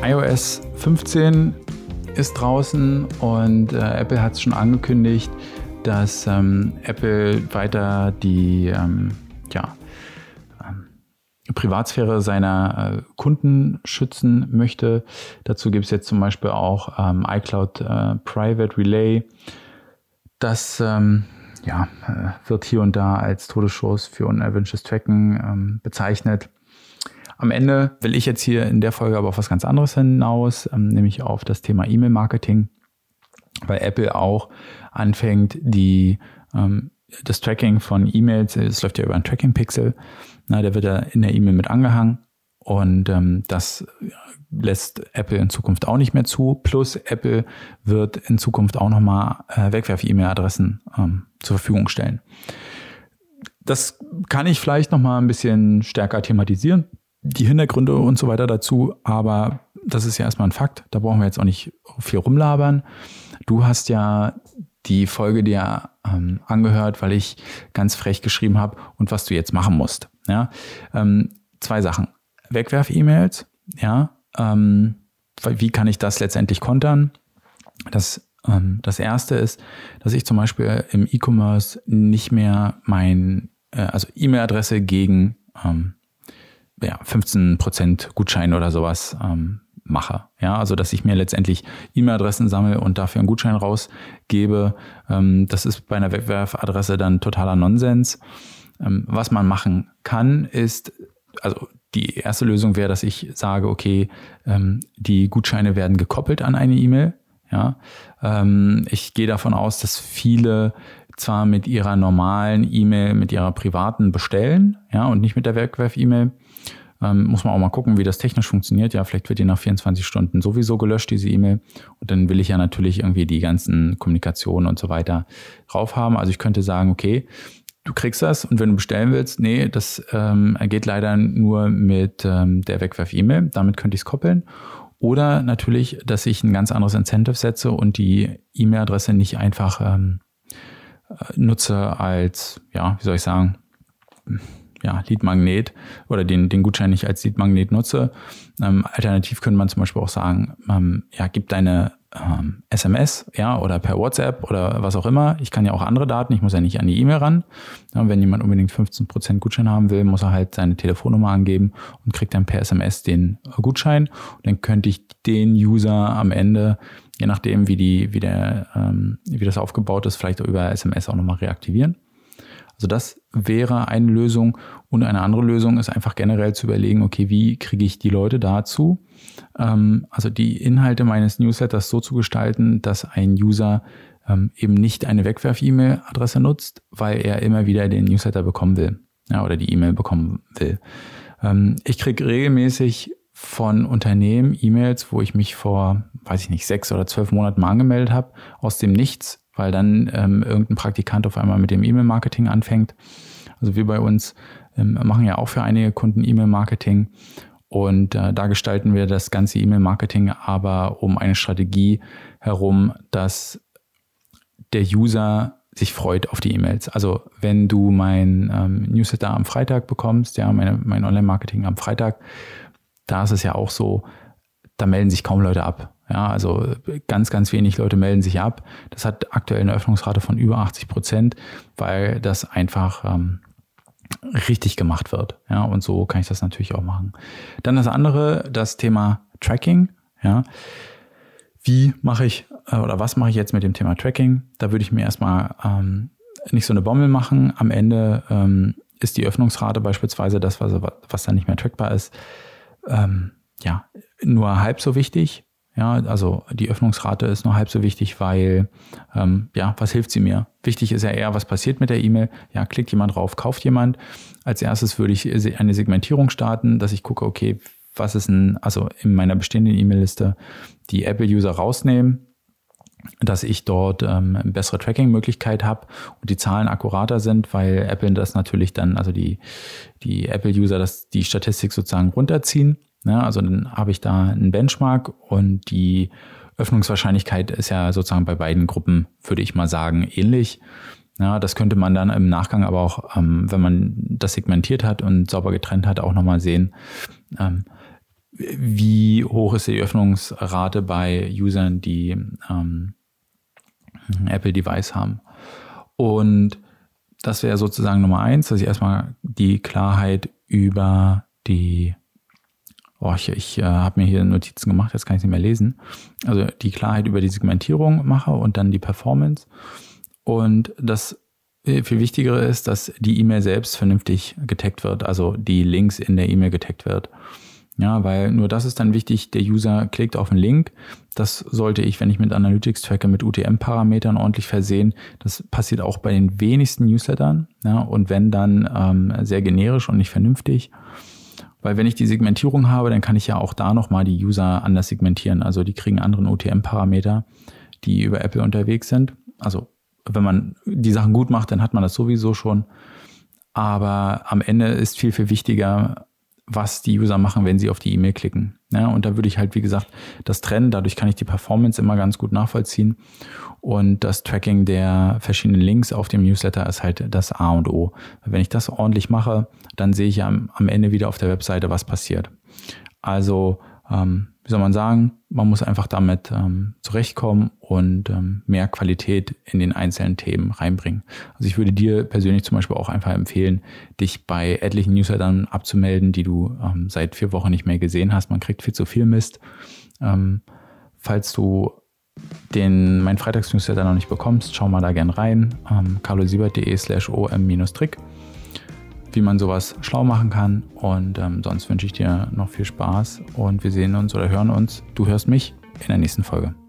iOS 15 ist draußen und Apple hat es schon angekündigt, dass Apple weiter die Privatsphäre seiner Kunden schützen möchte. Dazu gibt es jetzt zum Beispiel auch iCloud Private Relay. Das wird hier und da als Todesstoß für unerwünschtes Tracken bezeichnet. Am Ende will ich jetzt hier in der Folge aber auf was ganz anderes hinaus, nämlich auf das Thema E-Mail-Marketing, weil Apple auch anfängt, das Tracking von E-Mails, es läuft ja über einen Tracking-Pixel, der wird ja in der E-Mail mit angehangen und das lässt Apple in Zukunft auch nicht mehr zu. Plus Apple wird in Zukunft auch nochmal Wegwerf-E-Mail-Adressen zur Verfügung stellen. Das kann ich vielleicht nochmal ein bisschen stärker thematisieren, die Hintergründe und so weiter dazu, aber das ist ja erstmal ein Fakt, da brauchen wir jetzt auch nicht viel rumlabern. Du hast ja die Folge dir angehört, weil ich ganz frech geschrieben habe und was du jetzt machen musst. Ja? 2 Sachen. Wegwerf-E-Mails, ja. Wie kann ich das letztendlich kontern? Das erste ist, dass ich zum Beispiel im E-Commerce nicht mehr E-Mail-Adresse gegen 15% Gutschein oder sowas mache. Ja, also dass ich mir letztendlich E-Mail-Adressen sammle und dafür einen Gutschein rausgebe. Das ist bei einer Wegwerfadresse dann totaler Nonsens. Was man machen kann, ist, also die erste Lösung wäre, dass ich sage, okay, die Gutscheine werden gekoppelt an eine E-Mail. Ja, ich gehe davon aus, dass viele zwar mit ihrer normalen E-Mail, mit ihrer privaten bestellen, ja, und nicht mit der Wegwerf-E-Mail. Muss man auch mal gucken, wie das technisch funktioniert. Ja, vielleicht wird die nach 24 Stunden sowieso gelöscht, diese E-Mail. Und dann will ich ja natürlich irgendwie die ganzen Kommunikationen und so weiter drauf haben. Also ich könnte sagen, okay, du kriegst das und wenn du bestellen willst, nee, das geht leider nur mit der Wegwerf-E-Mail. Damit könnte ich es koppeln. Oder natürlich, dass ich ein ganz anderes Incentive setze und die E-Mail-Adresse nicht einfach nutze als, Leadmagnet oder den Gutschein nicht als Leadmagnet nutze. Alternativ könnte man zum Beispiel auch sagen, gib deine SMS, oder per WhatsApp oder was auch immer. Ich kann ja auch andere Daten, ich muss ja nicht an die E-Mail ran. Wenn jemand unbedingt 15% Gutschein haben will, muss er halt seine Telefonnummer angeben und kriegt dann per SMS den Gutschein. Und dann könnte ich den User am Ende, je nachdem wie das aufgebaut ist, vielleicht auch über SMS auch nochmal reaktivieren. Also das wäre eine Lösung und eine andere Lösung ist einfach generell zu überlegen, okay, wie kriege ich die Leute dazu, also die Inhalte meines Newsletters so zu gestalten, dass ein User eben nicht eine Wegwerf-E-Mail-Adresse nutzt, weil er immer wieder den Newsletter bekommen will, oder die E-Mail bekommen will. Ich kriege regelmäßig von Unternehmen E-Mails, wo ich mich vor, 6 oder 12 Monaten mal angemeldet habe, aus dem Nichts, weil dann irgendein Praktikant auf einmal mit dem E-Mail-Marketing anfängt. Also wir bei uns machen ja auch für einige Kunden E-Mail-Marketing und da gestalten wir das ganze E-Mail-Marketing aber um eine Strategie herum, dass der User sich freut auf die E-Mails. Also wenn du mein Newsletter am Freitag bekommst, mein Online-Marketing am Freitag, da ist es ja auch so, da melden sich kaum Leute ab. Ja, also ganz, ganz wenig Leute melden sich ab. Das hat aktuell eine Öffnungsrate von über 80%, weil das einfach richtig gemacht wird. Ja, und so kann ich das natürlich auch machen. Dann das andere, das Thema Tracking. Ja, was mache ich jetzt mit dem Thema Tracking? Da würde ich mir erstmal nicht so eine Bommel machen. Am Ende ist die Öffnungsrate beispielsweise das, was dann nicht mehr trackbar ist, nur halb so wichtig. Ja, also die Öffnungsrate ist nur halb so wichtig, weil, was hilft sie mir? Wichtig ist ja eher, was passiert mit der E-Mail? Ja, klickt jemand drauf, kauft jemand. Als erstes würde ich eine Segmentierung starten, dass ich gucke, okay, was ist in meiner bestehenden E-Mail-Liste die Apple-User rausnehmen, dass ich dort eine bessere Tracking-Möglichkeit habe und die Zahlen akkurater sind, weil Apple das natürlich dann, also die Apple-User, die Statistik sozusagen runterziehen. Ja, also dann habe ich da einen Benchmark und die Öffnungswahrscheinlichkeit ist ja sozusagen bei beiden Gruppen, würde ich mal sagen, ähnlich. Ja, das könnte man dann im Nachgang aber auch, wenn man das segmentiert hat und sauber getrennt hat, auch nochmal sehen, wie hoch ist die Öffnungsrate bei Usern, die ein Apple-Device haben. Und das wäre sozusagen Nummer 1, dass ich erstmal die Klarheit über die, ich habe mir hier Notizen gemacht, jetzt kann ich es nicht mehr lesen, also die Klarheit über die Segmentierung mache und dann die Performance. Und das viel Wichtigere ist, dass die E-Mail selbst vernünftig getaggt wird, also die Links in der E-Mail getaggt wird. Ja, weil nur das ist dann wichtig, der User klickt auf einen Link. Das sollte ich, wenn ich mit Analytics tracke, mit UTM-Parametern ordentlich versehen. Das passiert auch bei den wenigsten Newslettern. Ja, und wenn dann sehr generisch und nicht vernünftig. Weil wenn ich die Segmentierung habe, dann kann ich ja auch da nochmal die User anders segmentieren. Also die kriegen anderen UTM-Parameter, die über Apple unterwegs sind. Also wenn man die Sachen gut macht, dann hat man das sowieso schon. Aber am Ende ist viel, viel wichtiger, was die User machen, wenn sie auf die E-Mail klicken. Ja, und da würde ich halt, wie gesagt, das trennen. Dadurch kann ich die Performance immer ganz gut nachvollziehen. Und das Tracking der verschiedenen Links auf dem Newsletter ist halt das A und O. Wenn ich das ordentlich mache, dann sehe ich am Ende wieder auf der Webseite, was passiert. Also, wie soll man sagen, man muss einfach damit zurechtkommen und mehr Qualität in den einzelnen Themen reinbringen. Also ich würde dir persönlich zum Beispiel auch einfach empfehlen, dich bei etlichen Newslettern abzumelden, die du seit 4 Wochen nicht mehr gesehen hast. Man kriegt viel zu viel Mist. Falls du mein Freitags-Newsletter noch nicht bekommst, schau mal da gern rein. carlosiebert.de/om-trick, wie man sowas schlau machen kann. Und sonst wünsche ich dir noch viel Spaß und wir sehen uns oder hören uns. Du hörst mich in der nächsten Folge.